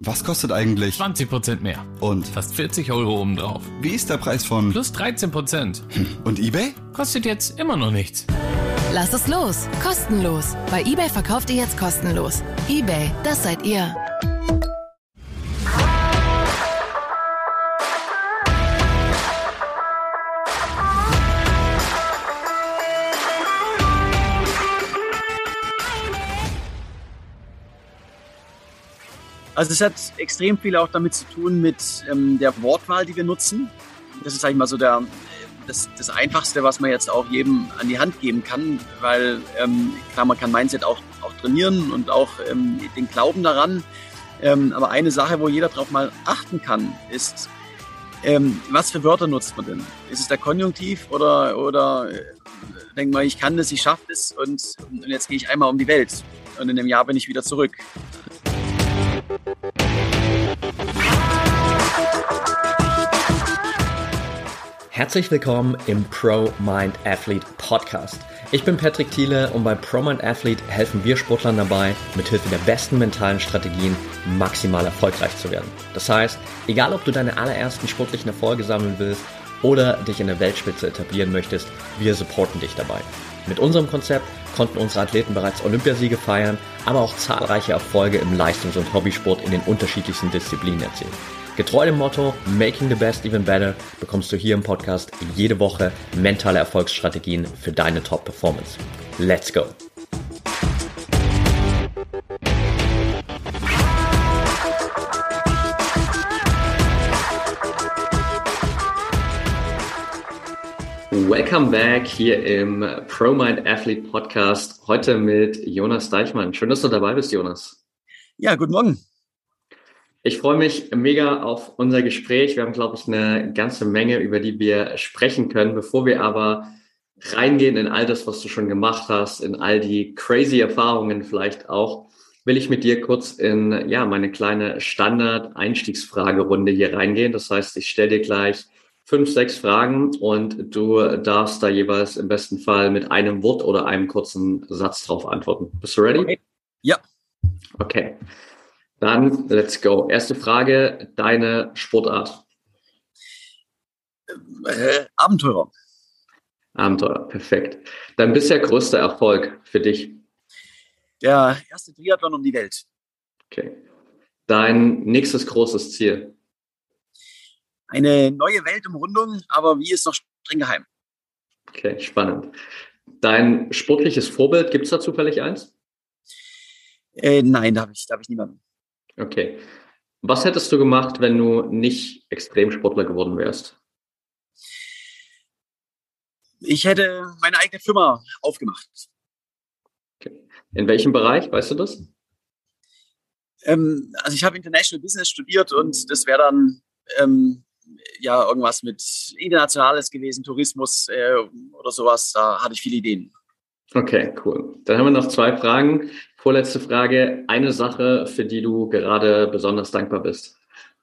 Was kostet eigentlich? 20% mehr. Und? Fast 40 Euro obendrauf. Wie ist der Preis von? Plus 13%. Und eBay? Kostet jetzt immer noch nichts. Lasst es los. Kostenlos. Bei eBay verkauft ihr jetzt kostenlos. eBay, das seid ihr. Also es hat extrem viel auch damit zu tun mit der Wortwahl, die wir nutzen. Das ist, sag ich mal, so das Einfachste, was man jetzt auch jedem an die Hand geben kann, weil klar, man kann Mindset auch trainieren und auch den Glauben daran. Aber eine Sache, wo jeder drauf mal achten kann, ist, was für Wörter nutzt man denn? Ist es der Konjunktiv oder denkt man, ich kann das, ich schaffe das und jetzt gehe ich einmal um die Welt und in einem Jahr bin ich wieder zurück. Herzlich willkommen im Pro Mind Athlete Podcast. Ich bin Patrick Thiele und bei Pro Mind Athlete helfen wir Sportlern dabei, mithilfe der besten mentalen Strategien maximal erfolgreich zu werden. Das heißt, egal ob du deine allerersten sportlichen Erfolge sammeln willst oder dich in der Weltspitze etablieren möchtest, wir supporten dich dabei. Mit unserem Konzept konnten unsere Athleten bereits Olympiasiege feiern, aber auch zahlreiche Erfolge im Leistungs- und Hobbysport in den unterschiedlichsten Disziplinen erzielen. Getreu dem Motto Making the Best Even Better bekommst du hier im Podcast jede Woche mentale Erfolgsstrategien für deine Top-Performance. Let's go! Welcome back hier im Pro Mind Athlete Podcast. Heute mit Jonas Deichmann. Schön, dass du dabei bist, Jonas. Ja, guten Morgen. Ich freue mich mega auf unser Gespräch. Wir haben, glaube ich, eine ganze Menge, über die wir sprechen können. Bevor wir aber reingehen in all das, was du schon gemacht hast, in all die crazy Erfahrungen vielleicht auch, will ich mit dir kurz in meine kleine Standard-Einstiegsfragerunde hier reingehen. Das heißt, ich stelle dir gleich 5, 6 Fragen und du darfst da jeweils im besten Fall mit einem Wort oder einem kurzen Satz drauf antworten. Bist du ready? Okay. Ja. Okay. Dann let's go. Erste Frage, deine Sportart. Abenteurer. Abenteuer, perfekt. Dein bisher größter Erfolg für dich? Der erste Triathlon um die Welt. Okay. Dein nächstes großes Ziel? Eine neue Weltumrundung, aber wie ist noch streng geheim? Okay, spannend. Dein sportliches Vorbild, gibt es da zufällig eins? Nein, da habe ich niemanden. Okay. Was hättest du gemacht, wenn du nicht Extremsportler geworden wärst? Ich hätte meine eigene Firma aufgemacht. Okay. In welchem Bereich, weißt du das? Also ich habe International Business studiert und das wäre dann irgendwas mit Internationales gewesen, Tourismus oder sowas. Da hatte ich viele Ideen. Okay, cool. Dann haben wir noch 2 Fragen. Vorletzte Frage. Eine Sache, für die du gerade besonders dankbar bist?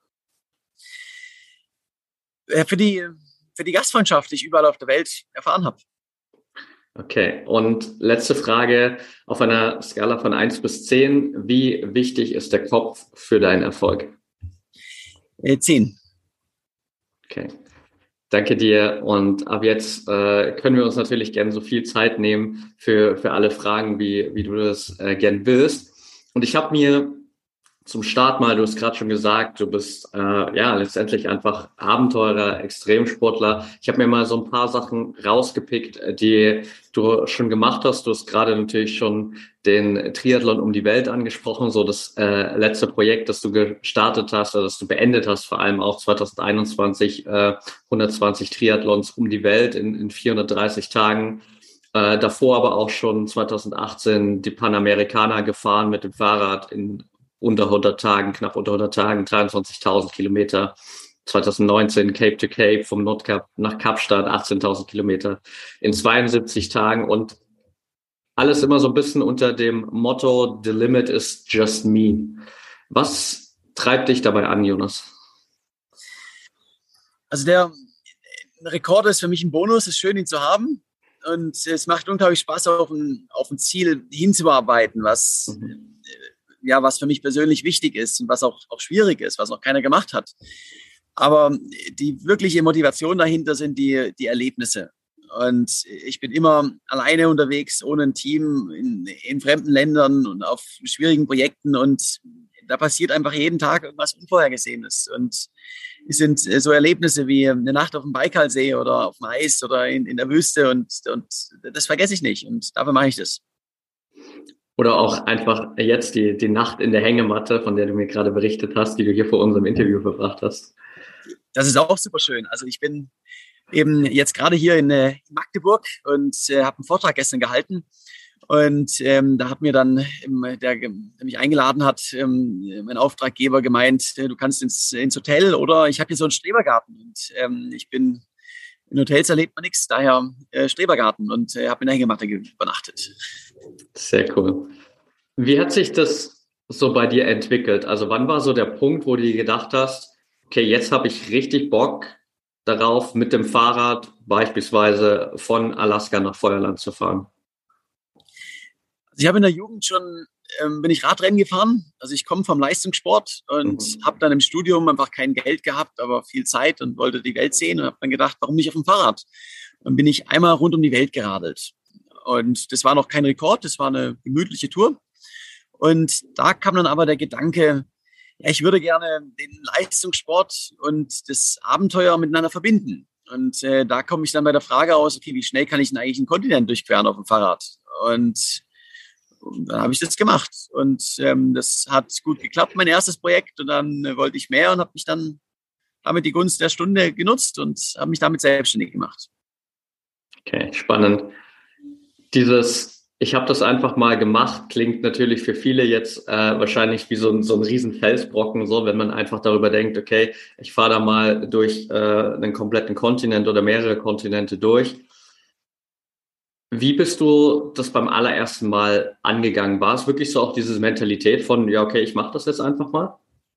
Für die Gastfreundschaft, die ich überall auf der Welt erfahren habe. Okay, und letzte Frage. Auf einer Skala von 1 bis 10, wie wichtig ist der Kopf für deinen Erfolg? 10. Okay. Danke dir und ab jetzt können wir uns natürlich gerne so viel Zeit nehmen für alle Fragen, wie du das gern willst. Und ich habe mir zum Start mal, du hast gerade schon gesagt, du bist letztendlich einfach Abenteurer, Extremsportler. Ich habe mir mal so ein paar Sachen rausgepickt, die du schon gemacht hast. Du hast gerade natürlich schon den Triathlon um die Welt angesprochen, so das letzte Projekt, das du gestartet hast oder das du beendet hast, vor allem auch 2021, 120 Triathlons um die Welt in 430 Tagen. Davor aber auch schon 2018 die Panamericana gefahren mit dem Fahrrad in unter 100 Tagen, knapp unter 100 Tagen, 23.000 Kilometer. 2019 Cape to Cape vom Nordkap nach Kapstadt, 18.000 Kilometer in 72 Tagen und alles immer so ein bisschen unter dem Motto, the limit is just me. Was treibt dich dabei an, Jonas? Also der Rekord ist für mich ein Bonus, es ist schön, ihn zu haben. Und es macht unglaublich Spaß, auf ein Ziel hinzuarbeiten, was ja, was für mich persönlich wichtig ist und was auch schwierig ist, was noch keiner gemacht hat. Aber die wirkliche Motivation dahinter sind die Erlebnisse. Und ich bin immer alleine unterwegs, ohne ein Team, in fremden Ländern und auf schwierigen Projekten. Und da passiert einfach jeden Tag irgendwas Unvorhergesehenes. Und es sind so Erlebnisse wie eine Nacht auf dem Baikalsee oder auf dem Eis oder in der Wüste. Und das vergesse ich nicht. Und dafür mache ich das. Oder auch einfach jetzt die Nacht in der Hängematte, von der du mir gerade berichtet hast, die du hier vor unserem Interview verbracht hast. Das ist auch super schön. Also ich bin eben jetzt gerade hier in Magdeburg und habe einen Vortrag gestern gehalten. Und da hat mir dann, der mich eingeladen hat, mein Auftraggeber gemeint, du kannst ins Hotel oder ich habe hier so einen Schrebergarten. Und ich bin, in Hotels erlebt man nichts, daher Schrebergarten und habe in der Hängematte übernachtet. Sehr cool. Wie hat sich das so bei dir entwickelt? Also wann war so der Punkt, wo du dir gedacht hast, okay, jetzt habe ich richtig Bock darauf, mit dem Fahrrad beispielsweise von Alaska nach Feuerland zu fahren? Also ich habe in der Jugend schon, bin ich Radrennen gefahren. Also ich komme vom Leistungssport und habe dann im Studium einfach kein Geld gehabt, aber viel Zeit und wollte die Welt sehen und habe dann gedacht, warum nicht auf dem Fahrrad? Dann bin ich einmal rund um die Welt geradelt. Und das war noch kein Rekord, das war eine gemütliche Tour. Und da kam dann aber der Gedanke, ja, ich würde gerne den Leistungssport und das Abenteuer miteinander verbinden. Und da komme ich dann bei der Frage aus, okay, wie schnell kann ich denn eigentlich einen Kontinent durchqueren auf dem Fahrrad? Und dann habe ich das gemacht. Und das hat gut geklappt, mein erstes Projekt. Und dann wollte ich mehr und habe mich dann damit die Gunst der Stunde genutzt und habe mich damit selbstständig gemacht. Okay, spannend. Ich habe das einfach mal gemacht, klingt natürlich für viele jetzt wahrscheinlich wie so ein riesen Felsbrocken, so, wenn man einfach darüber denkt, okay, ich fahre da mal durch einen kompletten Kontinent oder mehrere Kontinente durch. Wie bist du das beim allerersten Mal angegangen? War es wirklich so auch diese Mentalität von, ja, okay, ich mache das jetzt einfach mal?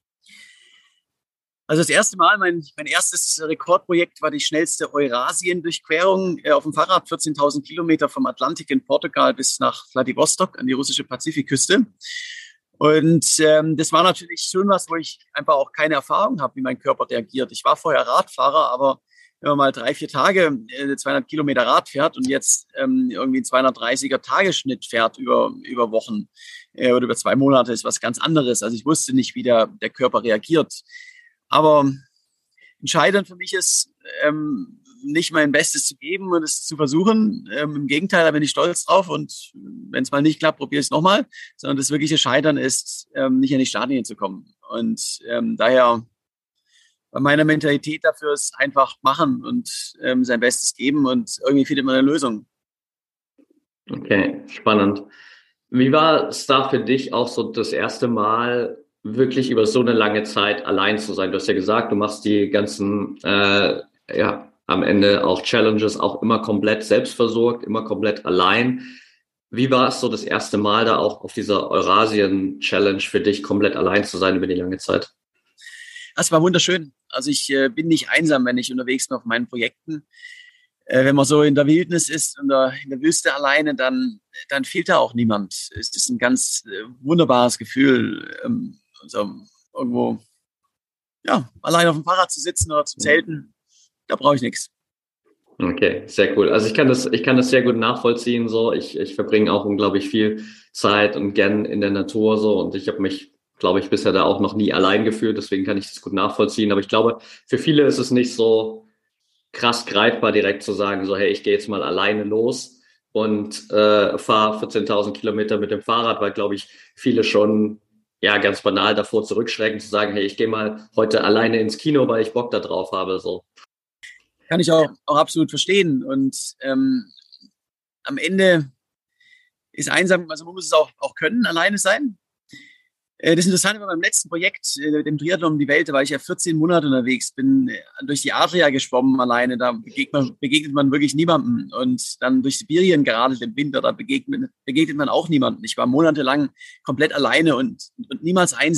Also das erste Mal, mein erstes Rekordprojekt war die schnellste Eurasien-Durchquerung auf dem Fahrrad, 14.000 Kilometer vom Atlantik in Portugal bis nach Vladivostok an die russische Pazifikküste. Und das war natürlich schon was, wo ich einfach auch keine Erfahrung habe, wie mein Körper reagiert. Ich war vorher Radfahrer, aber wenn man mal 3-4 Tage 200 Kilometer Rad fährt und jetzt irgendwie einen 230er Tagesschnitt fährt über Wochen oder über 2 Monate, ist was ganz anderes. Also ich wusste nicht, wie der Körper reagiert. Aber entscheidend für mich ist, nicht mein Bestes zu geben und es zu versuchen. Im Gegenteil, da bin ich stolz drauf. Und wenn es mal nicht klappt, probiere ich es nochmal. Sondern das wirkliche Scheitern ist, nicht an die Startlinie zu kommen. Und daher bei meiner Mentalität dafür ist einfach machen und sein Bestes geben. Und irgendwie findet man eine Lösung. Okay, spannend. Wie war es da für dich auch so das erste Mal, wirklich über so eine lange Zeit allein zu sein? Du hast ja gesagt, du machst die ganzen, am Ende auch Challenges auch immer komplett selbstversorgt, immer komplett allein. Wie war es so das erste Mal da auch auf dieser Eurasien-Challenge für dich komplett allein zu sein über die lange Zeit? Das war wunderschön. Also ich bin nicht einsam, wenn ich unterwegs bin auf meinen Projekten. Wenn man so in der Wildnis ist, in der Wüste alleine, dann fehlt da auch niemand. Es ist ein ganz wunderbares Gefühl, also irgendwo allein auf dem Fahrrad zu sitzen oder zu zelten. Da brauche ich nichts. Okay, sehr cool. Also ich kann das sehr gut nachvollziehen. So, ich verbringe auch unglaublich viel Zeit und gern in der Natur so, und ich habe mich, glaube ich, bisher da auch noch nie allein gefühlt. Deswegen kann ich das gut nachvollziehen. Aber ich glaube, für viele ist es nicht so krass greifbar, direkt zu sagen, so, hey, ich gehe jetzt mal alleine los und fahre 14.000 Kilometer mit dem Fahrrad, weil, glaube ich, viele schon ganz banal davor zurückschrecken, zu sagen, hey, ich gehe mal heute alleine ins Kino, weil ich Bock da drauf habe. So. Kann ich auch absolut verstehen. Und am Ende ist einsam, also man muss es auch können, alleine sein. Das Interessante war beim letzten Projekt, dem Triathlon um die Welt, da war ich ja 14 Monate unterwegs, bin durch die Adria geschwommen alleine, da begegnet man wirklich niemandem. Und dann durch Sibirien geradelt im Winter, da begegnet man auch niemandem. Ich war monatelang komplett alleine und niemals einsam.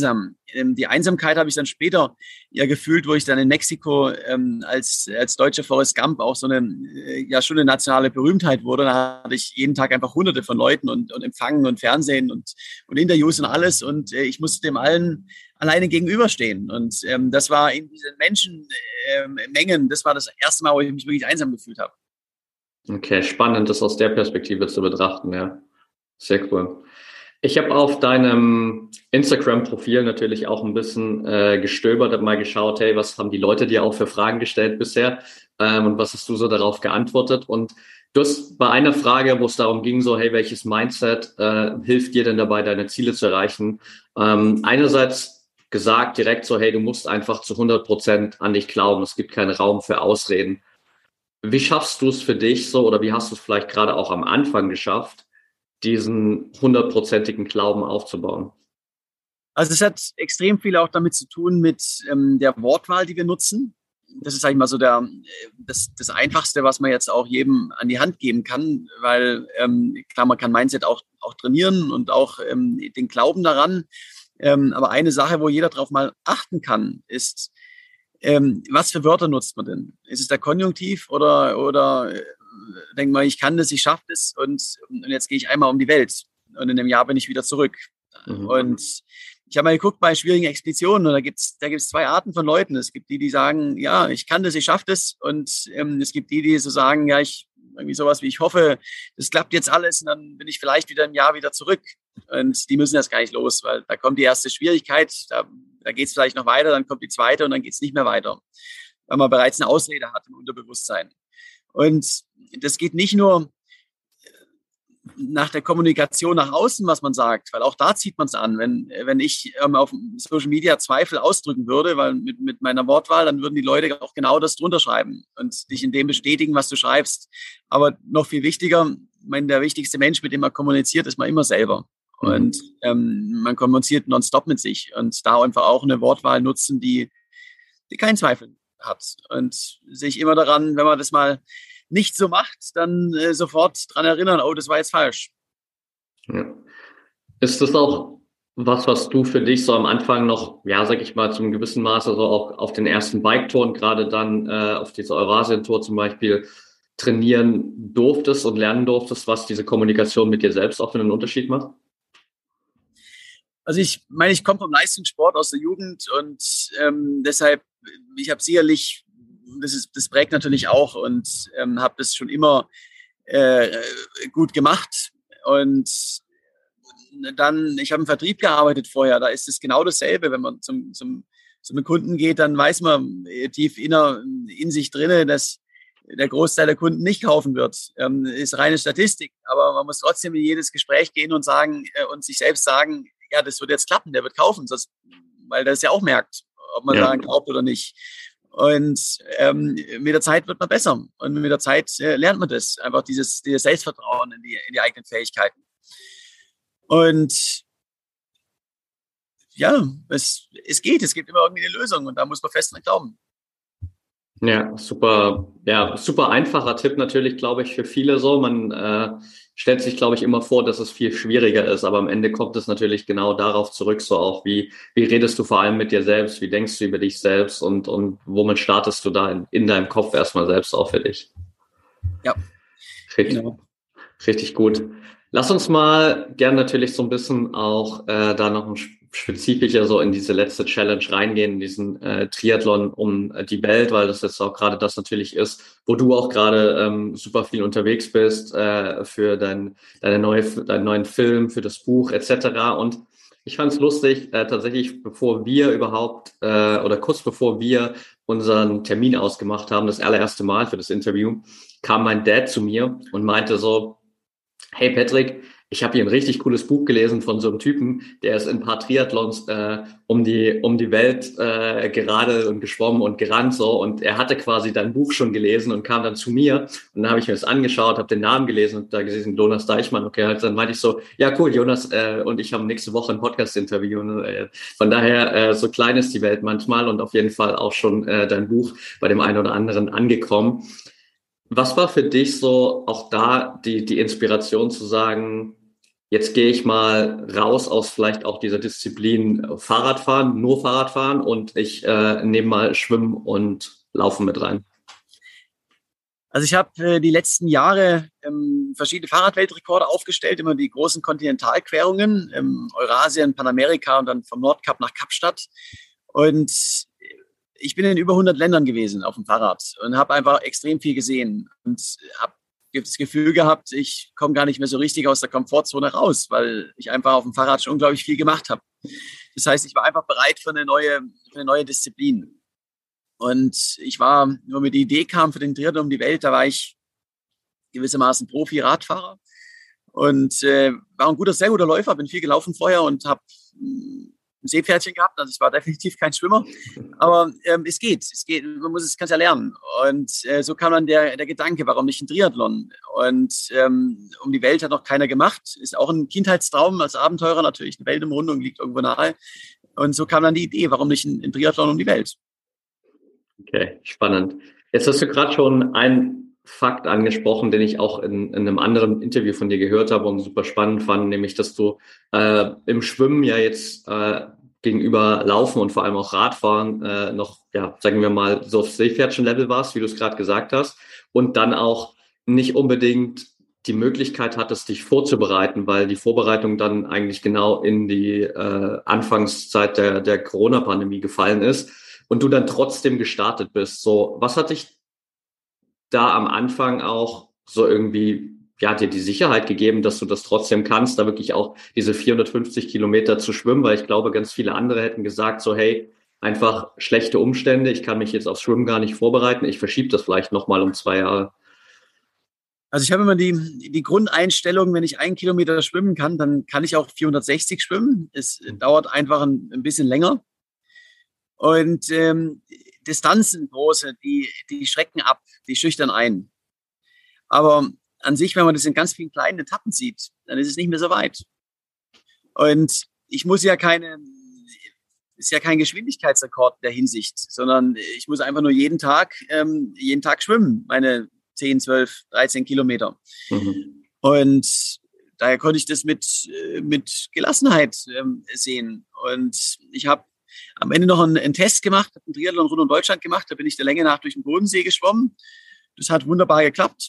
die Einsamkeit habe ich dann später ja gefühlt, wo ich dann in Mexiko als deutscher Forrest Gump auch so eine, ja schon eine nationale Berühmtheit wurde. Da hatte ich jeden Tag einfach hunderte von Leuten und Empfangen und Fernsehen und Interviews und alles. Und ich musste dem allen alleine gegenüberstehen. Und das war in diesen Menschenmengen, das war das erste Mal, wo ich mich wirklich einsam gefühlt habe. Okay, spannend, das aus der Perspektive zu betrachten, ja. Sehr cool. Ich habe auf deinem Instagram-Profil natürlich auch ein bisschen gestöbert, habe mal geschaut, hey, was haben die Leute dir auch für Fragen gestellt bisher und was hast du so darauf geantwortet? Und du hast bei einer Frage, wo es darum ging, so, hey, welches Mindset hilft dir denn dabei, deine Ziele zu erreichen? Einerseits gesagt direkt so, hey, du musst einfach zu 100% an dich glauben, es gibt keinen Raum für Ausreden. Wie schaffst du es für dich so oder wie hast du es vielleicht gerade auch am Anfang geschafft, diesen 100%igen Glauben aufzubauen? Also es hat extrem viel auch damit zu tun mit der Wortwahl, die wir nutzen. Das ist, sag ich mal, so das Einfachste, was man jetzt auch jedem an die Hand geben kann, weil klar, man kann Mindset auch trainieren und auch den Glauben daran. Aber eine Sache, wo jeder drauf mal achten kann, ist, was für Wörter nutzt man denn? Ist es der Konjunktiv oder denkt man, ich kann das, ich schaffe das und jetzt gehe ich einmal um die Welt und in einem Jahr bin ich wieder zurück. Mhm. Und ich habe mal geguckt bei schwierigen Expeditionen und da gibt's zwei Arten von Leuten. Es gibt die sagen, ja, ich kann das, ich schaffe das und es gibt die so sagen, ja, ich irgendwie sowas wie, ich hoffe, das klappt jetzt alles und dann bin ich vielleicht wieder im Jahr wieder zurück. Und die müssen erst gar nicht los, weil da kommt die erste Schwierigkeit, da geht es vielleicht noch weiter, dann kommt die zweite und dann geht es nicht mehr weiter, weil man bereits eine Ausrede hat im Unterbewusstsein. Und das geht nicht nur nach der Kommunikation nach außen, was man sagt, weil auch da zieht man es an. Wenn ich auf Social Media Zweifel ausdrücken würde, weil mit meiner Wortwahl, dann würden die Leute auch genau das drunter schreiben und dich in dem bestätigen, was du schreibst. Aber noch viel wichtiger, der wichtigste Mensch, mit dem man kommuniziert, ist man immer selber. Und man kommuniziert nonstop mit sich und da einfach auch eine Wortwahl nutzen, die keinen Zweifel hat und sich immer daran, wenn man das mal nicht so macht, dann sofort dran erinnern, oh, das war jetzt falsch. Ja. Ist das auch was du für dich so am Anfang noch, ja, sag ich mal, zum gewissen Maße so auch auf den ersten Bike-Touren, gerade dann auf dieser Eurasien-Tour zum Beispiel, trainieren durftest und lernen durftest, was diese Kommunikation mit dir selbst auch für einen Unterschied macht? Also ich meine, ich komme vom Leistungssport aus der Jugend und deshalb, ich habe sicherlich, das prägt natürlich auch und habe das schon immer gut gemacht. Und dann, ich habe im Vertrieb gearbeitet vorher, da ist es genau dasselbe. Wenn man zum einem Kunden geht, dann weiß man tief in sich drinne, dass der Großteil der Kunden nicht kaufen wird. Ist reine Statistik, aber man muss trotzdem in jedes Gespräch gehen und sagen und sich selbst sagen, ja, das wird jetzt klappen, der wird kaufen, weil der es ja auch merkt, ob man daran glaubt oder nicht. Und mit der Zeit wird man besser und mit der Zeit lernt man das, einfach dieses Selbstvertrauen in die eigenen Fähigkeiten. Und ja, es gibt immer irgendwie eine Lösung und da muss man fest dran glauben. Ja, super einfacher Tipp natürlich, glaube ich, für viele so. Man stellt sich, glaube ich, immer vor, dass es viel schwieriger ist, aber am Ende kommt es natürlich genau darauf zurück, so auch wie redest du vor allem mit dir selbst, wie denkst du über dich selbst und womit startest du da in deinem Kopf erstmal selbst auch für dich? Ja, genau. Richtig gut. Lass uns mal gern natürlich so ein bisschen auch da noch spezifischer so in diese letzte Challenge reingehen, in diesen Triathlon um die Welt, weil das jetzt auch gerade das natürlich ist, wo du auch gerade super viel unterwegs bist für deinen neuen Film, für das Buch etc. Und ich fand es lustig, tatsächlich, bevor wir überhaupt oder kurz bevor wir unseren Termin ausgemacht haben, das allererste Mal für das Interview, kam mein Dad zu mir und meinte so, hey Patrick, ich habe hier ein richtig cooles Buch gelesen von so einem Typen, der ist in ein paar Triathlons um die Welt geradelt und geschwommen und gerannt so und er hatte quasi dein Buch schon gelesen und kam dann zu mir und dann habe ich mir das angeschaut, habe den Namen gelesen und da gesehen, Jonas Deichmann, okay, halt, dann meinte ich so, ja cool, Jonas und ich haben nächste Woche ein Podcast-Interview. Von daher, so klein ist die Welt manchmal und auf jeden Fall auch schon dein Buch bei dem einen oder anderen angekommen. Was war für dich so auch da die Inspiration zu sagen, jetzt gehe ich mal raus aus vielleicht auch dieser Disziplin Fahrradfahren, nur Fahrradfahren und ich nehme mal Schwimmen und Laufen mit rein? Also ich habe die letzten Jahre verschiedene Fahrradweltrekorde aufgestellt, immer die großen Kontinentalquerungen, Eurasien, Panamerika und dann vom Nordkap nach Kapstadt. Und ich bin in über 100 Ländern gewesen auf dem Fahrrad und habe einfach extrem viel gesehen und habe das Gefühl gehabt, ich komme gar nicht mehr so richtig aus der Komfortzone raus, weil ich einfach auf dem Fahrrad schon unglaublich viel gemacht habe. Das heißt, ich war einfach bereit für eine neue Disziplin. Und ich war, nur mit die Idee kam für den Triathlon um die Welt, da war ich gewissermaßen Profi-Radfahrer und war ein sehr guter Läufer, bin viel gelaufen vorher und habe ein Seepferdchen gehabt, also ich war definitiv kein Schwimmer, aber es geht, kann es ja lernen. Und so kam dann der Gedanke, warum nicht ein Triathlon? Und um die Welt hat noch keiner gemacht, ist auch ein Kindheitstraum als Abenteurer natürlich, eine Weltumrundung liegt irgendwo nahe. Und so kam dann die Idee, warum nicht ein Triathlon um die Welt? Okay, spannend. Jetzt hast du gerade schon einen Fakt angesprochen, den ich auch in einem anderen Interview von dir gehört habe und super spannend fand, nämlich, dass du im Schwimmen ja jetzt gegenüber Laufen und vor allem auch Radfahren noch, ja, sagen wir mal, so auf Seepferdchen-Level warst, wie du es gerade gesagt hast, und dann auch nicht unbedingt die Möglichkeit hattest, dich vorzubereiten, weil die Vorbereitung dann eigentlich genau in die Anfangszeit der Corona-Pandemie gefallen ist. Und du dann trotzdem gestartet bist. So, was hat dich da am Anfang auch so irgendwie, ja, dir die Sicherheit gegeben, dass du das trotzdem kannst, da wirklich auch diese 450 Kilometer zu schwimmen? Weil ich glaube, ganz viele andere hätten gesagt so, hey, einfach schlechte Umstände, ich kann mich jetzt aufs Schwimmen gar nicht vorbereiten, ich verschiebe das vielleicht nochmal um 2 Jahre. Also ich habe immer die Grundeinstellung, wenn ich 1 Kilometer schwimmen kann, dann kann ich auch 460 schwimmen. Es dauert einfach ein bisschen länger. Und Distanzen große, die schrecken ab, die schüchtern ein. Aber an sich, wenn man das in ganz vielen kleinen Etappen sieht, dann ist es nicht mehr so weit. Und ich muss ist ja kein Geschwindigkeitsrekord in der Hinsicht, sondern ich muss einfach nur jeden Tag schwimmen, meine 10, 12, 13 Kilometer. Mhm. Und daher konnte ich das mit Gelassenheit sehen. Und ich habe am Ende noch einen Test gemacht, habe einen Triathlon rund um Deutschland gemacht. Da bin ich der Länge nach durch den Bodensee geschwommen. Das hat wunderbar geklappt.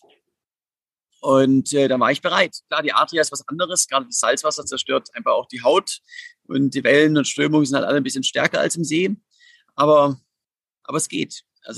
Und dann war ich bereit. Klar, die Adria ist was anderes. Gerade das Salzwasser zerstört einfach auch die Haut. Und die Wellen und Strömungen sind halt alle ein bisschen stärker als im See. Aber es geht. Also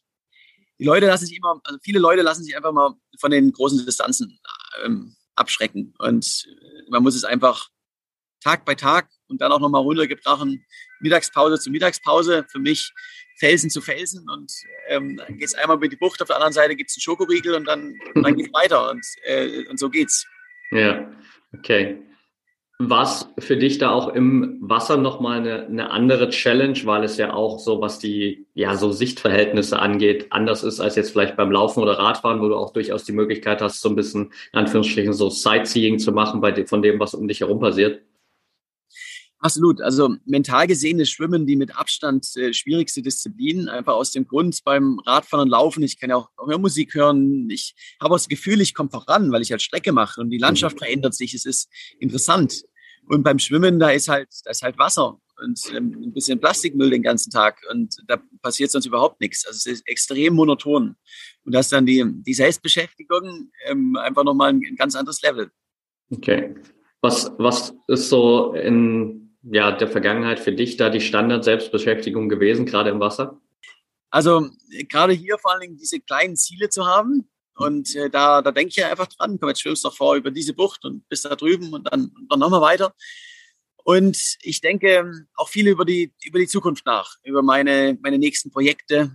viele Leute lassen sich einfach mal von den großen Distanzen abschrecken. Und man muss es einfach Tag bei Tag und dann auch nochmal runtergebrochen, Mittagspause zu Mittagspause, für mich Felsen zu Felsen und dann geht es einmal über die Bucht, auf der anderen Seite gibt es einen Schokoriegel und dann geht es weiter und so geht's. Ja, okay. War es für dich da auch im Wasser nochmal eine andere Challenge, weil es ja auch so, was die so Sichtverhältnisse angeht, anders ist als jetzt vielleicht beim Laufen oder Radfahren, wo du auch durchaus die Möglichkeit hast, so ein bisschen, in Anführungsstrichen, so Sightseeing zu machen von dem, was um dich herum passiert? Absolut. Also mental gesehen ist Schwimmen die mit Abstand schwierigste Disziplin. Einfach aus dem Grund beim Radfahren und Laufen. Ich kann ja auch Musik hören. Ich habe auch das Gefühl, ich komme voran, weil ich halt Strecke mache und die Landschaft verändert sich. Es ist interessant. Und beim Schwimmen, da ist halt Wasser und ein bisschen Plastikmüll den ganzen Tag. Und da passiert sonst überhaupt nichts. Also es ist extrem monoton. Und das ist dann die Selbstbeschäftigung einfach nochmal ein ganz anderes Level. Okay. Was ist so in der Vergangenheit für dich da die Standard-Selbstbeschäftigung gewesen, gerade im Wasser? Also gerade hier vor allen Dingen diese kleinen Ziele zu haben. Und da denke ich ja einfach dran, komm, jetzt schwimmst du doch vor über diese Bucht und bist da drüben und dann nochmal weiter. Und ich denke auch viel über die Zukunft nach, über meine nächsten Projekte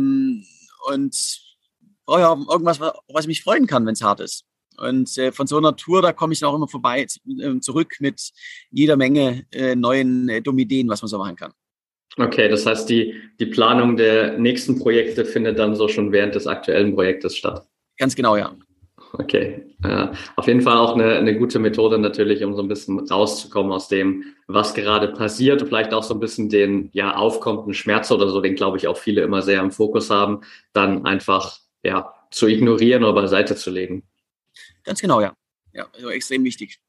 und brauche ja irgendwas, was ich mich freuen kann, wenn es hart ist. Und von so einer Tour, da komme ich auch immer zurück mit jeder Menge neuen dummen Ideen, was man so machen kann. Okay, das heißt, die Planung der nächsten Projekte findet dann so schon während des aktuellen Projektes statt? Ganz genau, ja. Okay, auf jeden Fall auch eine gute Methode natürlich, um so ein bisschen rauszukommen aus dem, was gerade passiert und vielleicht auch so ein bisschen den aufkommenden Schmerz oder so, den glaube ich auch viele immer sehr im Fokus haben, dann einfach zu ignorieren oder beiseite zu legen. Ganz genau, ja. Ja, also extrem wichtig.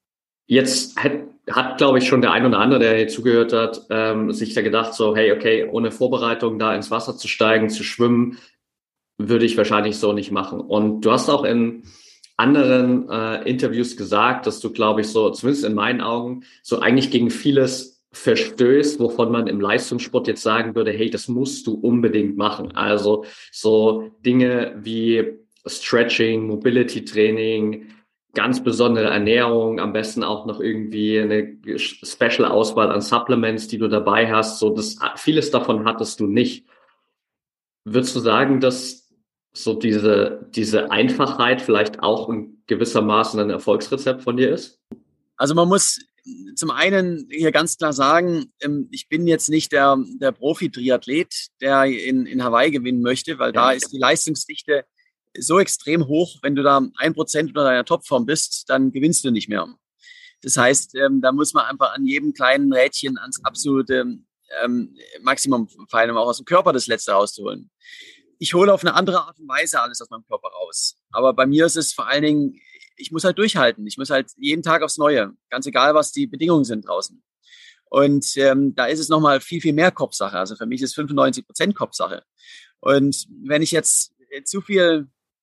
Jetzt hat, glaube ich, schon der ein oder andere, der hier zugehört hat, sich da gedacht so, hey, okay, ohne Vorbereitung da ins Wasser zu steigen, zu schwimmen, würde ich wahrscheinlich so nicht machen. Und du hast auch in anderen Interviews gesagt, dass du, glaube ich, so, zumindest in meinen Augen, so eigentlich gegen vieles verstößt, wovon man im Leistungssport jetzt sagen würde, hey, das musst du unbedingt machen. Also so Dinge wie Stretching, Mobility Training, ganz besondere Ernährung, am besten auch noch irgendwie eine Special-Auswahl an Supplements, die du dabei hast. So, vieles davon hattest du nicht. Würdest du sagen, dass so diese Einfachheit vielleicht auch in gewissermaßen ein Erfolgsrezept von dir ist? Also man muss zum einen hier ganz klar sagen, ich bin jetzt nicht der Profi-Triathlet, der in Hawaii gewinnen möchte, weil da ist die Leistungsdichte so extrem hoch, wenn du da 1% unter deiner Topform bist, dann gewinnst du nicht mehr. Das heißt, da muss man einfach an jedem kleinen Rädchen ans absolute Maximum feilen, um auch aus dem Körper das Letzte rauszuholen. Ich hole auf eine andere Art und Weise alles aus meinem Körper raus. Aber bei mir ist es vor allen Dingen, ich muss halt durchhalten. Ich muss halt jeden Tag aufs Neue, ganz egal, was die Bedingungen sind draußen. Und da ist es nochmal viel, viel mehr Kopfsache. Also für mich ist 95% Kopfsache. Und wenn ich jetzt zu viel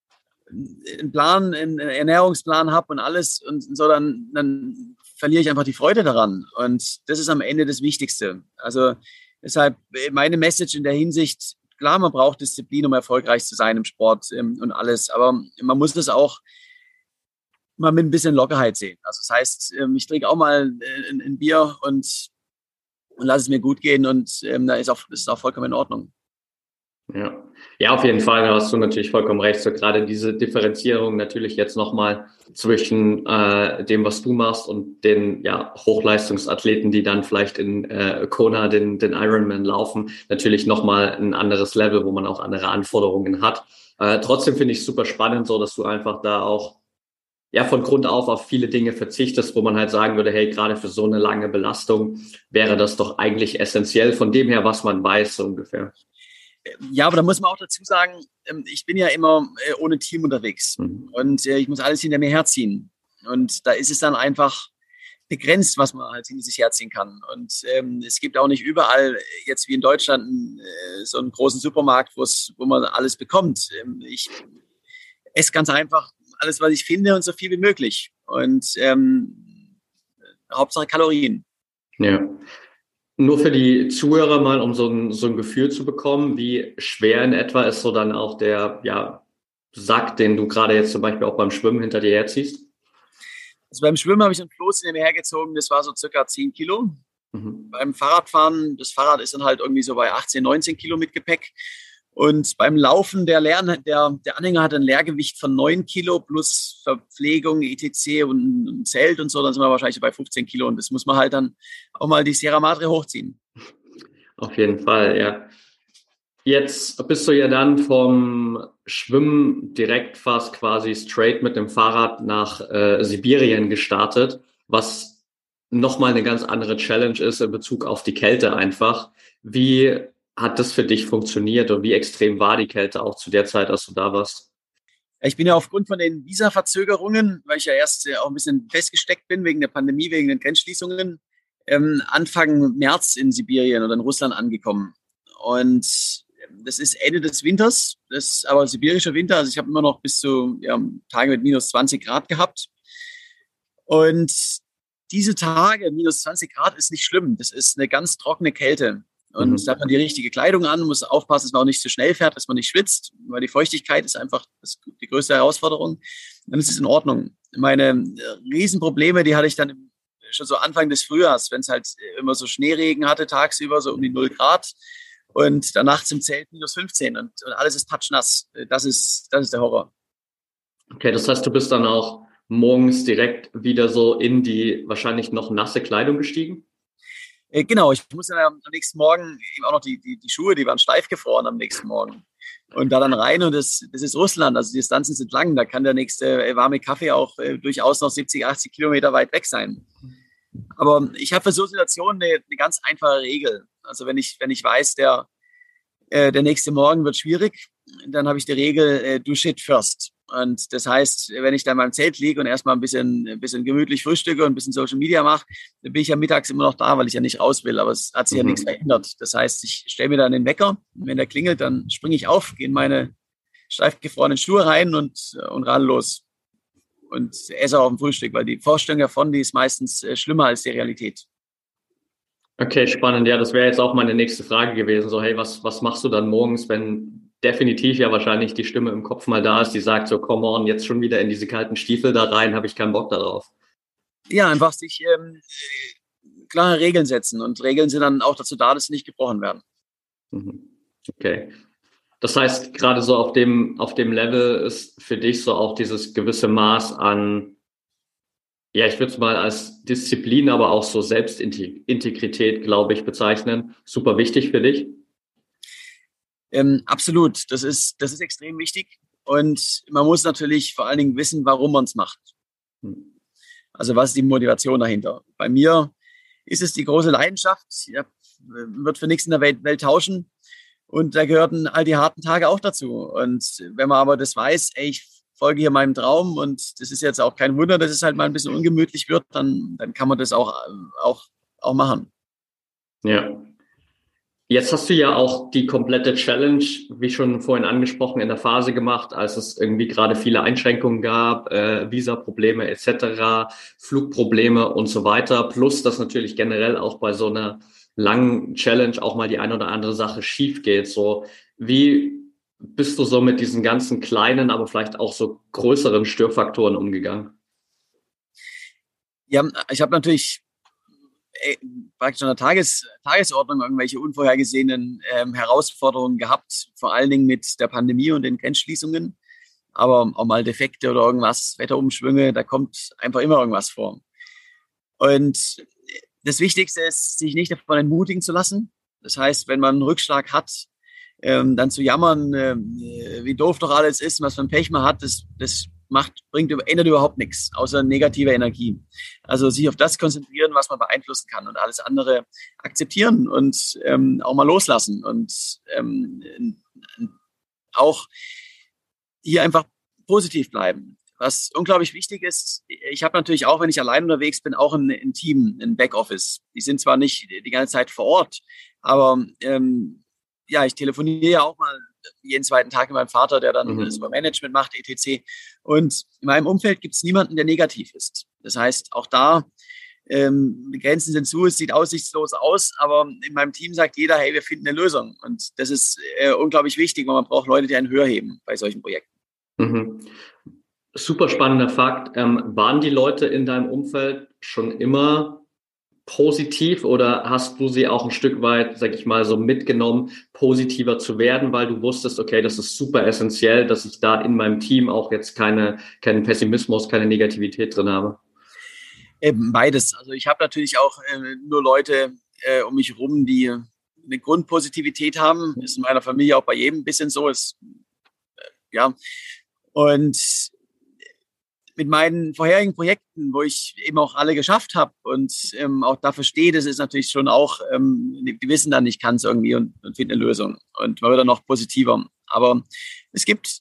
einen Ernährungsplan habe und alles und so, dann verliere ich einfach die Freude daran. Und das ist am Ende das Wichtigste. Also deshalb meine Message in der Hinsicht, klar, man braucht Disziplin, um erfolgreich zu sein im Sport und alles, aber man muss das auch mal mit ein bisschen Lockerheit sehen. Also das heißt, ich trinke auch mal ein Bier und lasse es mir gut gehen und das ist auch vollkommen in Ordnung. Ja, auf jeden Fall, da hast du natürlich vollkommen recht. So gerade diese Differenzierung natürlich jetzt nochmal zwischen dem, was du machst und den Hochleistungsathleten, die dann vielleicht in Kona den Ironman laufen, natürlich nochmal ein anderes Level, wo man auch andere Anforderungen hat. Trotzdem finde ich es super spannend, so dass du einfach da auch von Grund auf viele Dinge verzichtest, wo man halt sagen würde, hey, gerade für so eine lange Belastung wäre das doch eigentlich essentiell von dem her, was man weiß, so ungefähr. Ja, aber da muss man auch dazu sagen, ich bin ja immer ohne Team unterwegs und ich muss alles hinter mir herziehen. Und da ist es dann einfach begrenzt, was man halt hinter sich herziehen kann. Und es gibt auch nicht überall, jetzt wie in Deutschland, so einen großen Supermarkt, wo man alles bekommt. Ich esse ganz einfach alles, was ich finde und so viel wie möglich. Und Hauptsache Kalorien. Ja. Nur für die Zuhörer mal, um so ein Gefühl zu bekommen, wie schwer in etwa ist so dann auch der Sack, den du gerade jetzt zum Beispiel auch beim Schwimmen hinter dir herziehst? Also beim Schwimmen habe ich einen Floß hinter mir hergezogen, das war so circa 10 Kilo. Beim Fahrradfahren, das Fahrrad ist dann halt irgendwie so bei 18, 19 Kilo mit Gepäck. Und beim Laufen, der Anhänger hat ein Leergewicht von 9 Kilo plus Verpflegung, etc. und Zelt und so, dann sind wir wahrscheinlich bei 15 Kilo. Und das muss man halt dann auch mal die Sierra Madre hochziehen. Auf jeden Fall, ja. Jetzt bist du ja dann vom Schwimmen direkt fast quasi straight mit dem Fahrrad nach Sibirien gestartet, was nochmal eine ganz andere Challenge ist in Bezug auf die Kälte einfach. Wie hat das für dich funktioniert und wie extrem war die Kälte auch zu der Zeit, als du da warst? Ich bin ja aufgrund von den Visa-Verzögerungen, weil ich ja erst auch ein bisschen festgesteckt bin wegen der Pandemie, wegen den Grenzschließungen, Anfang März in Sibirien oder in Russland angekommen. Und das ist Ende des Winters, das ist aber sibirischer Winter, also ich habe immer noch bis zu Tage mit minus 20 Grad gehabt. Und diese Tage, minus 20 Grad, ist nicht schlimm, das ist eine ganz trockene Kälte. Und da hat man die richtige Kleidung an, muss aufpassen, dass man auch nicht zu schnell fährt, dass man nicht schwitzt, weil die Feuchtigkeit ist einfach die größte Herausforderung. Dann ist es in Ordnung. Meine Riesenprobleme, die hatte ich dann schon so Anfang des Frühjahrs, wenn es halt immer so Schneeregen hatte, tagsüber so um die 0 Grad und dann nachts im Zelt minus 15 und alles ist patschnass. Das ist der Horror. Okay, das heißt, du bist dann auch morgens direkt wieder so in die wahrscheinlich noch nasse Kleidung gestiegen? Genau, ich musste dann am nächsten Morgen eben auch noch die Schuhe, die waren steif gefroren am nächsten Morgen. Und da dann rein und das ist Russland, also die Distanzen sind lang, da kann der nächste warme Kaffee auch durchaus noch 70, 80 Kilometer weit weg sein. Aber ich habe für so Situationen eine ganz einfache Regel. Also wenn ich weiß, der nächste Morgen wird schwierig, dann habe ich die Regel, do shit first. Und das heißt, wenn ich da in meinem Zelt liege und erstmal ein bisschen gemütlich frühstücke und ein bisschen Social Media mache, dann bin ich ja mittags immer noch da, weil ich ja nicht raus will. Aber es hat sich ja nichts verändert. Das heißt, ich stelle mir dann den Wecker. Und wenn der klingelt, dann springe ich auf, gehe in meine steif gefrorenen Schuhe rein und radel los. Und esse auch im Frühstück, weil die Vorstellung davon, die ist meistens schlimmer als die Realität. Okay, spannend. Ja, das wäre jetzt auch meine nächste Frage gewesen. So, hey, was machst du dann morgens, wenn definitiv ja wahrscheinlich die Stimme im Kopf mal da ist, die sagt so, come on, jetzt schon wieder in diese kalten Stiefel da rein, habe ich keinen Bock darauf. Ja, einfach sich klare Regeln setzen. Und Regeln sind dann auch dazu da, dass sie nicht gebrochen werden. Okay. Das heißt, gerade so auf dem Level ist für dich so auch dieses gewisse Maß an, ja, ich würde es mal als Disziplin, aber auch so Selbstintegrität, glaube ich, bezeichnen, super wichtig für dich. Absolut, das ist extrem wichtig und man muss natürlich vor allen Dingen wissen, warum man es macht. Also was ist die Motivation dahinter? Bei mir ist es die große Leidenschaft. Ich würde für nichts in der Welt tauschen und da gehörten all die harten Tage auch dazu. Und wenn man aber das weiß, ey, ich folge hier meinem Traum und das ist jetzt auch kein Wunder, dass es halt mal ein bisschen ungemütlich wird, dann kann man das auch machen. Ja. Jetzt hast du ja auch die komplette Challenge, wie schon vorhin angesprochen, in der Phase gemacht, als es irgendwie gerade viele Einschränkungen gab, Visaprobleme etc., Flugprobleme und so weiter, plus dass natürlich generell auch bei so einer langen Challenge auch mal die eine oder andere Sache schief geht. So, wie bist du so mit diesen ganzen kleinen, aber vielleicht auch so größeren Störfaktoren umgegangen? Ja, ich habe natürlich praktisch an der Tagesordnung irgendwelche unvorhergesehenen Herausforderungen gehabt, vor allen Dingen mit der Pandemie und den Grenzschließungen, aber auch mal Defekte oder irgendwas, Wetterumschwünge, da kommt einfach immer irgendwas vor. Und das Wichtigste ist, sich nicht davon entmutigen zu lassen. Das heißt, wenn man einen Rückschlag hat, dann zu jammern, wie doof doch alles ist, was für ein Pech man hat, das ändert überhaupt nichts, außer negative Energie. Also sich auf das konzentrieren, was man beeinflussen kann und alles andere akzeptieren und auch mal loslassen und auch hier einfach positiv bleiben. Was unglaublich wichtig ist, ich habe natürlich auch, wenn ich allein unterwegs bin, auch ein Team, ein Backoffice. Die sind zwar nicht die ganze Zeit vor Ort, aber ich telefoniere ja auch mal jeden zweiten Tag mit meinem Vater, der dann das Management macht, etc. Und in meinem Umfeld gibt es niemanden, der negativ ist. Das heißt, auch da, die Grenzen sind zu, es sieht aussichtslos aus, aber in meinem Team sagt jeder, hey, wir finden eine Lösung. Und das ist unglaublich wichtig, weil man braucht Leute, die einen höher heben bei solchen Projekten. Super spannender Fakt. Waren die Leute in deinem Umfeld schon immer positiv oder hast du sie auch ein Stück weit, sag ich mal, so mitgenommen, positiver zu werden, weil du wusstest, okay, das ist super essentiell, dass ich da in meinem Team auch jetzt keinen Pessimismus, keine Negativität drin habe? Beides. Also ich habe natürlich auch nur Leute um mich herum, die eine Grundpositivität haben. Ist in meiner Familie auch bei jedem ein bisschen so. Und mit meinen vorherigen Projekten, wo ich eben auch alle geschafft habe und auch dafür stehe, das ist natürlich schon auch, die wissen dann, ich kann es irgendwie und finde eine Lösung. Und man wird dann noch positiver. Aber es gibt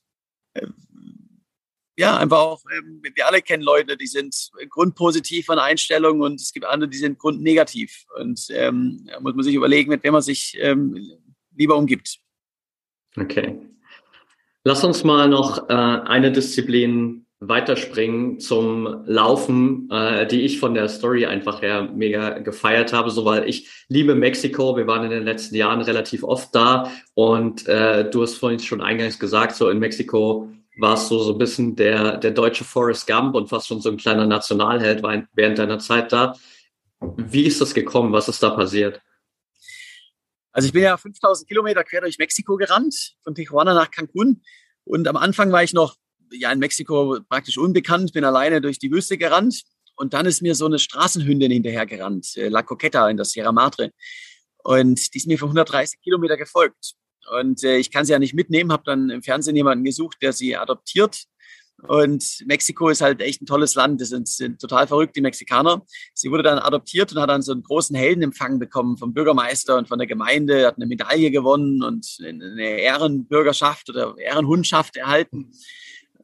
einfach auch, wir alle kennen Leute, die sind grundpositiv von Einstellung und es gibt andere, die sind grundnegativ. Und da muss man sich überlegen, mit wem man sich lieber umgibt. Okay. Lass uns mal noch eine Disziplin weiterspringen zum Laufen, die ich von der Story einfach mega gefeiert habe, so weil ich liebe Mexiko. Wir waren in den letzten Jahren relativ oft da und du hast vorhin schon eingangs gesagt, so in Mexiko warst du so ein bisschen der deutsche Forrest Gump und fast schon so ein kleiner Nationalheld während deiner Zeit da. Wie ist das gekommen? Was ist da passiert? Also ich bin ja 5000 Kilometer quer durch Mexiko gerannt, von Tijuana nach Cancun. Und am Anfang war ich noch in Mexiko praktisch unbekannt, bin alleine durch die Wüste gerannt. Und dann ist mir so eine Straßenhündin hinterhergerannt, La Coqueta in der Sierra Madre. Und die ist mir für 130 Kilometer gefolgt. Und ich kann sie ja nicht mitnehmen, habe dann im Fernsehen jemanden gesucht, der sie adoptiert. Und Mexiko ist halt echt ein tolles Land. Das sind total verrückt, die Mexikaner. Sie wurde dann adoptiert und hat dann so einen großen Heldenempfang bekommen vom Bürgermeister und von der Gemeinde, hat eine Medaille gewonnen und eine Ehrenbürgerschaft oder Ehrenhundschaft erhalten.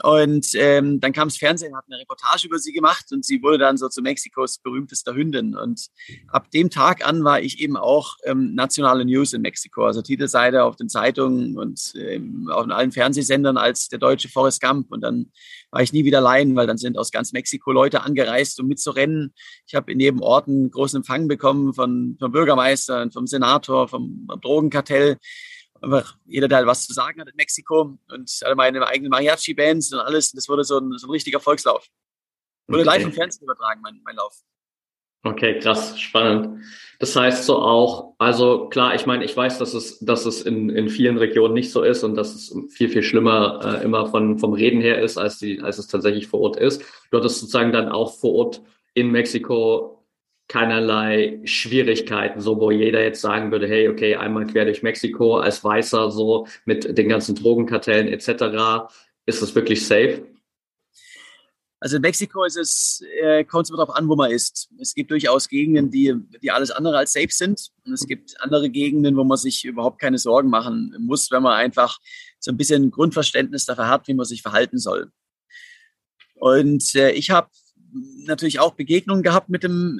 Und dann kam das Fernsehen, hat eine Reportage über sie gemacht und sie wurde dann so zu Mexikos berühmtester Hündin. Und ab dem Tag an war ich eben auch nationale News in Mexiko, also Titelseite auf den Zeitungen und auf allen Fernsehsendern als der deutsche Forrest Gump. Und dann war ich nie wieder allein, weil dann sind aus ganz Mexiko Leute angereist, um mitzurennen. Ich habe in jedem Ort einen großen Empfang bekommen vom Bürgermeister, vom Senator, vom Drogenkartell. Einfach jeder, der halt was zu sagen hat in Mexiko und alle meine eigenen Mariachi-Bands und alles. Das wurde so ein richtiger Volkslauf. Wurde live im Fernsehen übertragen, mein Lauf. Okay, krass, spannend. Das heißt so auch, also klar, ich meine, ich weiß, dass es in vielen Regionen nicht so ist und dass es viel, viel schlimmer immer vom Reden her ist, als es tatsächlich vor Ort ist. Du hattest sozusagen dann auch vor Ort in Mexiko keinerlei Schwierigkeiten, so wo jeder jetzt sagen würde, hey, okay, einmal quer durch Mexiko als Weißer, so mit den ganzen Drogenkartellen etc. Ist es wirklich safe? Also in Mexiko ist es, kommt es immer darauf an, wo man ist. Es gibt durchaus Gegenden, die alles andere als safe sind. Und es gibt andere Gegenden, wo man sich überhaupt keine Sorgen machen muss, wenn man einfach so ein bisschen Grundverständnis dafür hat, wie man sich verhalten soll. Und ich habe natürlich auch Begegnungen gehabt mit dem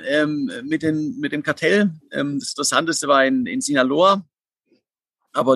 Kartell. Das Interessanteste war in Sinaloa. Aber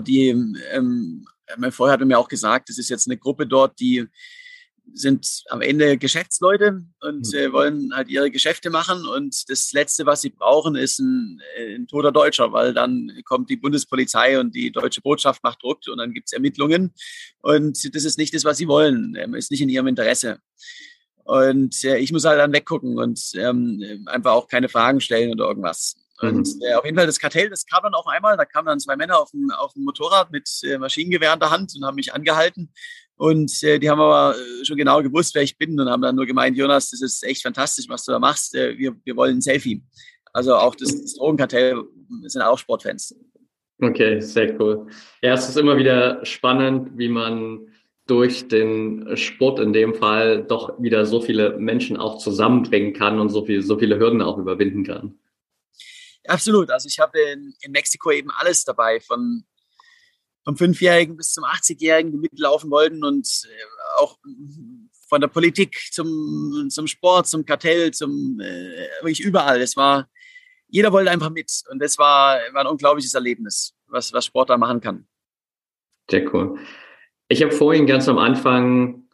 mein Freund hatte mir auch gesagt, das ist jetzt eine Gruppe dort, die sind am Ende Geschäftsleute und wollen halt ihre Geschäfte machen. Und das Letzte, was sie brauchen, ist ein toter Deutscher, weil dann kommt die Bundespolizei und die deutsche Botschaft macht Druck und dann gibt es Ermittlungen. Und das ist nicht das, was sie wollen. Ist nicht in ihrem Interesse. Und ich muss halt dann weggucken und einfach auch keine Fragen stellen oder irgendwas. Und auf jeden Fall das Kartell, das kam dann auch einmal. Da kamen dann zwei Männer auf dem Motorrad mit Maschinengewehr in der Hand und haben mich angehalten. Und die haben aber schon genau gewusst, wer ich bin und haben dann nur gemeint, Jonas, das ist echt fantastisch, was du da machst. Wir wollen ein Selfie. Also auch das Drogenkartell sind auch Sportfans. Okay, sehr cool. Ja, es ist immer wieder spannend, wie man durch den Sport in dem Fall doch wieder so viele Menschen auch zusammenbringen kann und so viele Hürden auch überwinden kann. Absolut. Also ich habe in Mexiko eben alles dabei, vom 5-Jährigen bis zum 80-Jährigen, die mitlaufen wollten und auch von der Politik zum Sport, zum Kartell, wirklich überall. Jeder wollte einfach mit und das war ein unglaubliches Erlebnis, was Sport da machen kann. Sehr cool. Ich habe vorhin ganz am Anfang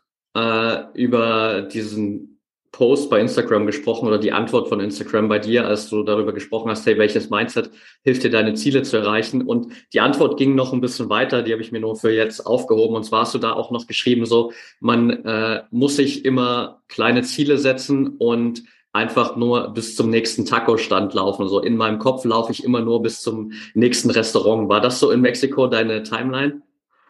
über diesen Post bei Instagram gesprochen oder die Antwort von Instagram bei dir, als du darüber gesprochen hast, hey, welches Mindset hilft dir, deine Ziele zu erreichen? Und die Antwort ging noch ein bisschen weiter, die habe ich mir nur für jetzt aufgehoben. Und zwar hast du da auch noch geschrieben, so, man muss sich immer kleine Ziele setzen und einfach nur bis zum nächsten Taco-Stand laufen. So in meinem Kopf laufe ich immer nur bis zum nächsten Restaurant. War das so in Mexiko deine Timeline?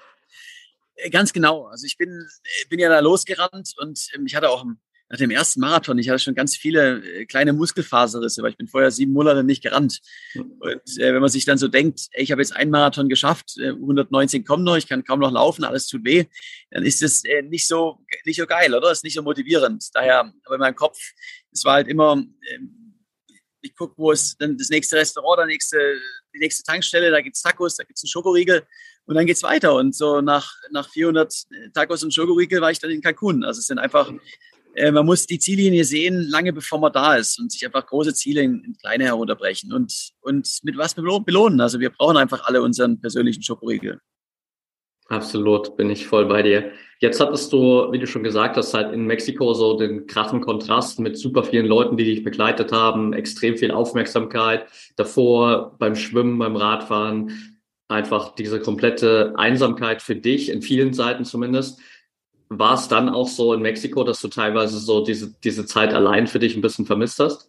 Ganz genau. Also ich bin ja da losgerannt und ich hatte auch nach dem ersten Marathon, ich hatte schon ganz viele kleine Muskelfaserrisse, weil ich bin vorher 7 Monate nicht gerannt. Und wenn man sich dann so denkt, ey, ich habe jetzt einen Marathon geschafft, 119 kommen noch, ich kann kaum noch laufen, alles tut weh, dann ist das nicht so geil, oder? Das ist nicht so motivierend. Daher, aber in meinem Kopf, es war halt immer, ich gucke, wo ist dann das nächste Restaurant, die nächste Tankstelle, da gibt's Tacos, da gibt's einen Schokoriegel und dann geht's weiter. Und so nach 400 Tacos und Schokoriegel war ich dann in Cancun. Also es sind einfach, man muss die Ziellinie sehen, lange bevor man da ist und sich einfach große Ziele in kleine herunterbrechen und mit was belohnen. Also wir brauchen einfach alle unseren persönlichen Schokoriegel. Absolut, bin ich voll bei dir. Jetzt hattest du, wie du schon gesagt hast, halt in Mexiko so den krassen Kontrast mit super vielen Leuten, die dich begleitet haben, extrem viel Aufmerksamkeit. Davor beim Schwimmen, beim Radfahren, einfach diese komplette Einsamkeit für dich, in vielen Seiten zumindest. War es dann auch so in Mexiko, dass du teilweise so diese Zeit allein für dich ein bisschen vermisst hast?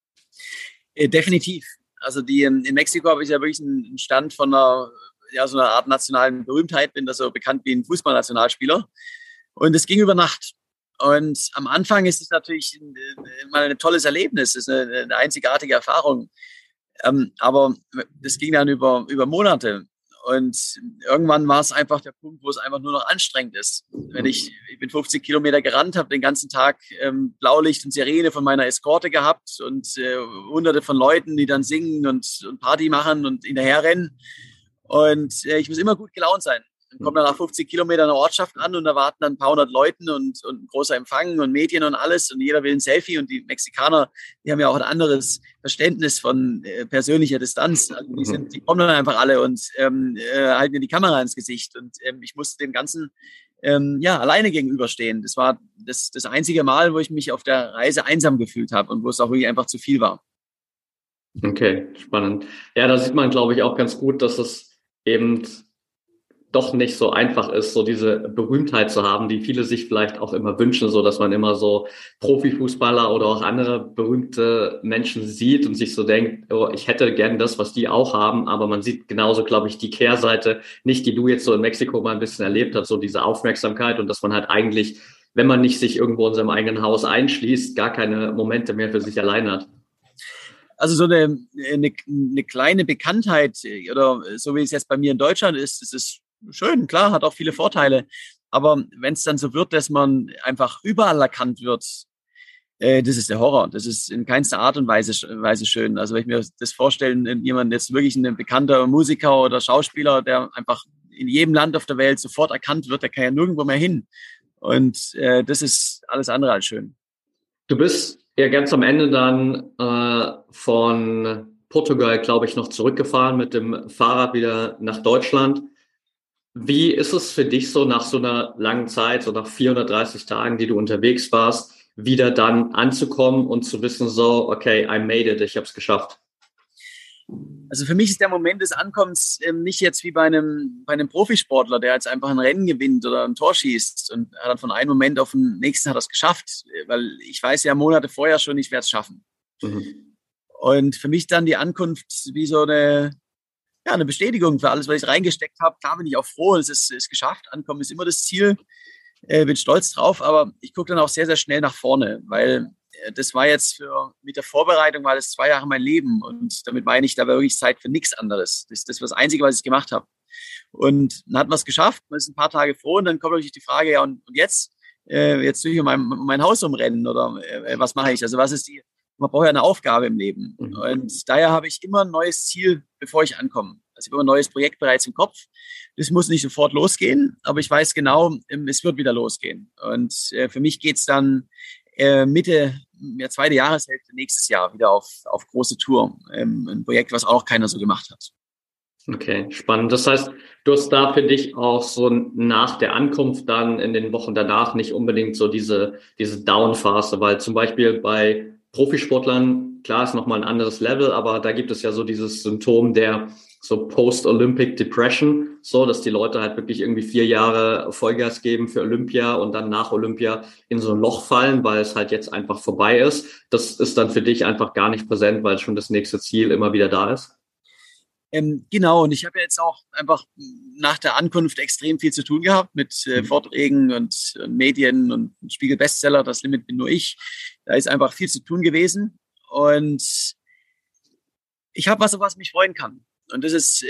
Definitiv. Also in Mexiko habe ich ja wirklich einen Stand von so einer Art nationalen Berühmtheit, bin da so bekannt wie ein Fußballnationalspieler. Und es ging über Nacht. Und am Anfang ist es natürlich mal ein tolles Erlebnis, es ist eine einzigartige Erfahrung. Aber das ging dann über Monate. Und irgendwann war es einfach der Punkt, wo es einfach nur noch anstrengend ist. Ich bin 50 Kilometer gerannt, habe den ganzen Tag Blaulicht und Sirene von meiner Eskorte gehabt und hunderte von Leuten, die dann singen und Party machen und hinterherrennen. Und ich muss immer gut gelaunt sein. kommt dann nach 50 Kilometern eine Ortschaft an und da warten dann ein paar hundert Leuten und ein großer Empfang und Medien und alles und jeder will ein Selfie und die Mexikaner, die haben ja auch ein anderes Verständnis von persönlicher Distanz. Also die kommen dann einfach alle und halten mir die Kamera ins Gesicht und ich musste dem Ganzen alleine gegenüberstehen. Das war das einzige Mal, wo ich mich auf der Reise einsam gefühlt habe und wo es auch wirklich einfach zu viel war. Okay, spannend. Ja, da sieht man, glaube ich, auch ganz gut, dass es eben doch nicht so einfach ist, so diese Berühmtheit zu haben, die viele sich vielleicht auch immer wünschen, so dass man immer so Profifußballer oder auch andere berühmte Menschen sieht und sich so denkt, oh, ich hätte gern das, was die auch haben, aber man sieht genauso, glaube ich, die Kehrseite nicht, die du jetzt so in Mexiko mal ein bisschen erlebt hast, so diese Aufmerksamkeit und dass man halt eigentlich, wenn man nicht sich irgendwo in seinem eigenen Haus einschließt, gar keine Momente mehr für sich allein hat. Also so eine kleine Bekanntheit oder so wie es jetzt bei mir in Deutschland ist, das ist schön, klar, hat auch viele Vorteile. Aber wenn es dann so wird, dass man einfach überall erkannt wird, das ist der Horror. Das ist in keinster Art und Weise schön. Also wenn ich mir das vorstelle, jemand jetzt wirklich ein bekannter Musiker oder Schauspieler, der einfach in jedem Land auf der Welt sofort erkannt wird, der kann ja nirgendwo mehr hin. Und das ist alles andere als schön. Du bist ja ganz am Ende dann von Portugal, glaube ich, noch zurückgefahren mit dem Fahrrad wieder nach Deutschland. Wie ist es für dich so nach so einer langen Zeit, so nach 430 Tagen, die du unterwegs warst, wieder dann anzukommen und zu wissen, so, okay, I made it, ich habe es geschafft? Also für mich ist der Moment des Ankommens nicht jetzt wie bei einem Profisportler, der jetzt einfach ein Rennen gewinnt oder ein Tor schießt und hat dann von einem Moment auf den nächsten hat er es geschafft, weil ich weiß ja Monate vorher schon, ich werde es schaffen. Mhm. Und für mich dann die Ankunft wie so eine Bestätigung für alles, was ich reingesteckt habe. Klar bin ich auch froh, es ist geschafft. Ankommen ist immer das Ziel. Bin stolz drauf, aber ich gucke dann auch sehr, sehr schnell nach vorne, weil das war jetzt mit der Vorbereitung war das 2 Jahre mein Leben und damit meine ich, da war wirklich Zeit für nichts anderes. Das war das Einzige, was ich gemacht habe. Und dann hat man es geschafft, man ist ein paar Tage froh und dann kommt natürlich die Frage, ja und jetzt? Jetzt will ich um mein Haus umrennen oder was mache ich? Also man braucht ja eine Aufgabe im Leben. Und daher habe ich immer ein neues Ziel, bevor ich ankomme. Also ich habe immer ein neues Projekt bereits im Kopf. Das muss nicht sofort losgehen, aber ich weiß genau, es wird wieder losgehen. Und für mich geht es dann zweite Jahreshälfte nächstes Jahr wieder auf große Tour. Ein Projekt, was auch keiner so gemacht hat. Okay, spannend. Das heißt, du hast da für dich auch so nach der Ankunft dann in den Wochen danach nicht unbedingt so diese Down-Phase, weil zum Beispiel bei Profisportlern, klar, ist nochmal ein anderes Level, aber da gibt es ja so dieses Symptom der so Post-Olympic Depression, so, dass die Leute halt wirklich irgendwie 4 Jahre Vollgas geben für Olympia und dann nach Olympia in so ein Loch fallen, weil es halt jetzt einfach vorbei ist. Das ist dann für dich einfach gar nicht präsent, weil schon das nächste Ziel immer wieder da ist. Genau, und ich habe ja jetzt auch einfach nach der Ankunft extrem viel zu tun gehabt mit Vorträgen und Medien und Spiegel-Bestseller, das Limit bin nur ich. Da ist einfach viel zu tun gewesen und ich habe was, auf was mich freuen kann. Und das ist,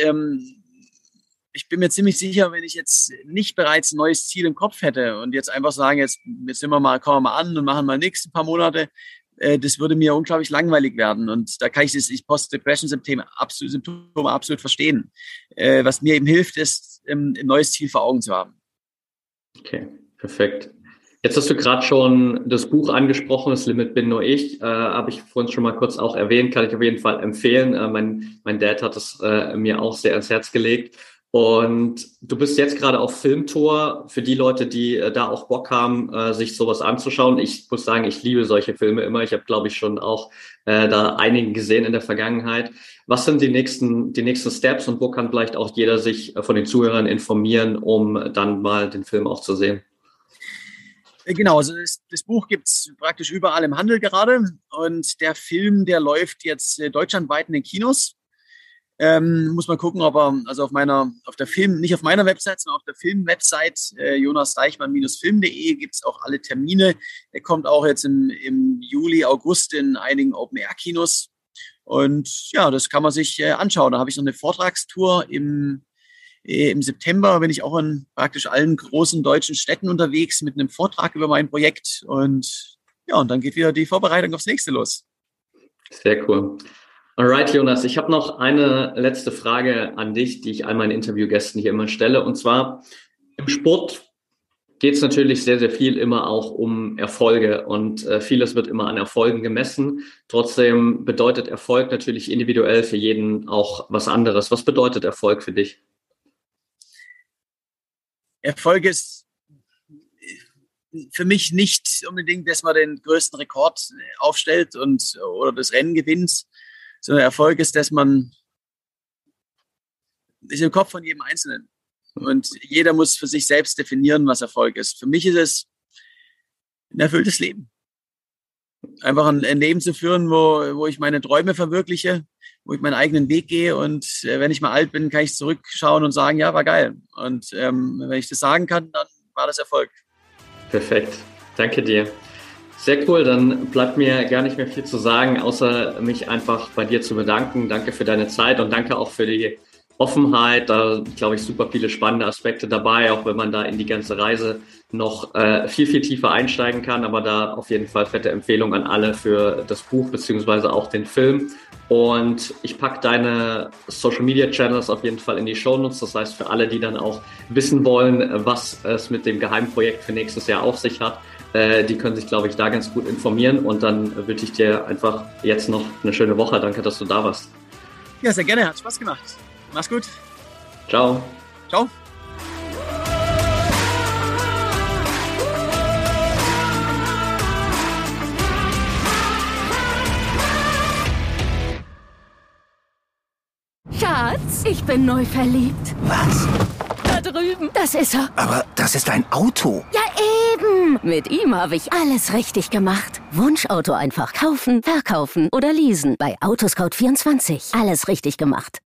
ich bin mir ziemlich sicher, wenn ich jetzt nicht bereits ein neues Ziel im Kopf hätte und jetzt einfach sagen, jetzt kommen wir mal an und machen mal nichts ein paar Monate, das würde mir unglaublich langweilig werden. Und da kann ich das Post-Depression-Symptom absolut verstehen. Was mir eben hilft, ist, ein neues Ziel vor Augen zu haben. Okay, perfekt. Jetzt hast du gerade schon das Buch angesprochen, Das Limit bin nur ich. Habe ich vorhin schon mal kurz auch erwähnt, kann ich auf jeden Fall empfehlen. Mein Dad hat es mir auch sehr ans Herz gelegt. Und du bist jetzt gerade auf Filmtour für die Leute, die da auch Bock haben, sich sowas anzuschauen. Ich muss sagen, ich liebe solche Filme immer. Ich habe, glaube ich, schon auch da einigen gesehen in der Vergangenheit. Was sind die nächsten Steps und wo kann vielleicht auch jeder sich von den Zuhörern informieren, um dann mal den Film auch zu sehen? Genau, also das Buch gibt es praktisch überall im Handel gerade und der Film, der läuft jetzt deutschlandweit in den Kinos. Muss man gucken, ob er, also nicht auf meiner Website, sondern auf der Filmwebsite jonasdeichmann-film.de gibt es auch alle Termine. Der kommt auch jetzt im Juli, August in einigen Open-Air-Kinos. Und ja, das kann man sich anschauen. Da habe ich noch eine Vortragstour im September bin ich auch in praktisch allen großen deutschen Städten unterwegs mit einem Vortrag über mein Projekt. Und ja, und dann geht wieder die Vorbereitung aufs nächste los. Sehr cool. Alright, Jonas, ich habe noch eine letzte Frage an dich, die ich all meinen Interviewgästen hier immer stelle. Und zwar, im Sport geht es natürlich sehr, sehr viel immer auch um Erfolge und vieles wird immer an Erfolgen gemessen. Trotzdem bedeutet Erfolg natürlich individuell für jeden auch was anderes. Was bedeutet Erfolg für dich? Erfolg ist für mich nicht unbedingt, dass man den größten Rekord aufstellt oder das Rennen gewinnt, sondern Erfolg ist, dass man ist im Kopf von jedem Einzelnen. Und jeder muss für sich selbst definieren, was Erfolg ist. Für mich ist es ein erfülltes Leben. Einfach ein Leben zu führen, wo ich meine Träume verwirkliche, wo ich meinen eigenen Weg gehe. Und wenn ich mal alt bin, kann ich zurückschauen und sagen, ja, war geil. Und wenn ich das sagen kann, dann war das Erfolg. Perfekt. Danke dir. Sehr cool. Dann bleibt mir gar nicht mehr viel zu sagen, außer mich einfach bei dir zu bedanken. Danke für deine Zeit und danke auch für die Offenheit. Da glaube ich super viele spannende Aspekte dabei, auch wenn man da in die ganze Reise noch viel, viel tiefer einsteigen kann. Aber da auf jeden Fall fette Empfehlung an alle für das Buch beziehungsweise auch den Film. Und ich packe deine Social Media Channels auf jeden Fall in die Shownotes. Das heißt, für alle, die dann auch wissen wollen, was es mit dem Geheimprojekt für nächstes Jahr auf sich hat, die können sich, glaube ich, da ganz gut informieren. Und dann wünsche ich dir einfach jetzt noch eine schöne Woche. Danke, dass du da warst. Ja, sehr gerne. Hat Spaß gemacht. Mach's gut. Ciao. Ciao. Schatz, ich bin neu verliebt. Was? Da drüben. Das ist er. Aber das ist ein Auto. Ja, eben. Mit ihm habe ich alles richtig gemacht. Wunschauto einfach kaufen, verkaufen oder leasen. Bei Autoscout24. Alles richtig gemacht.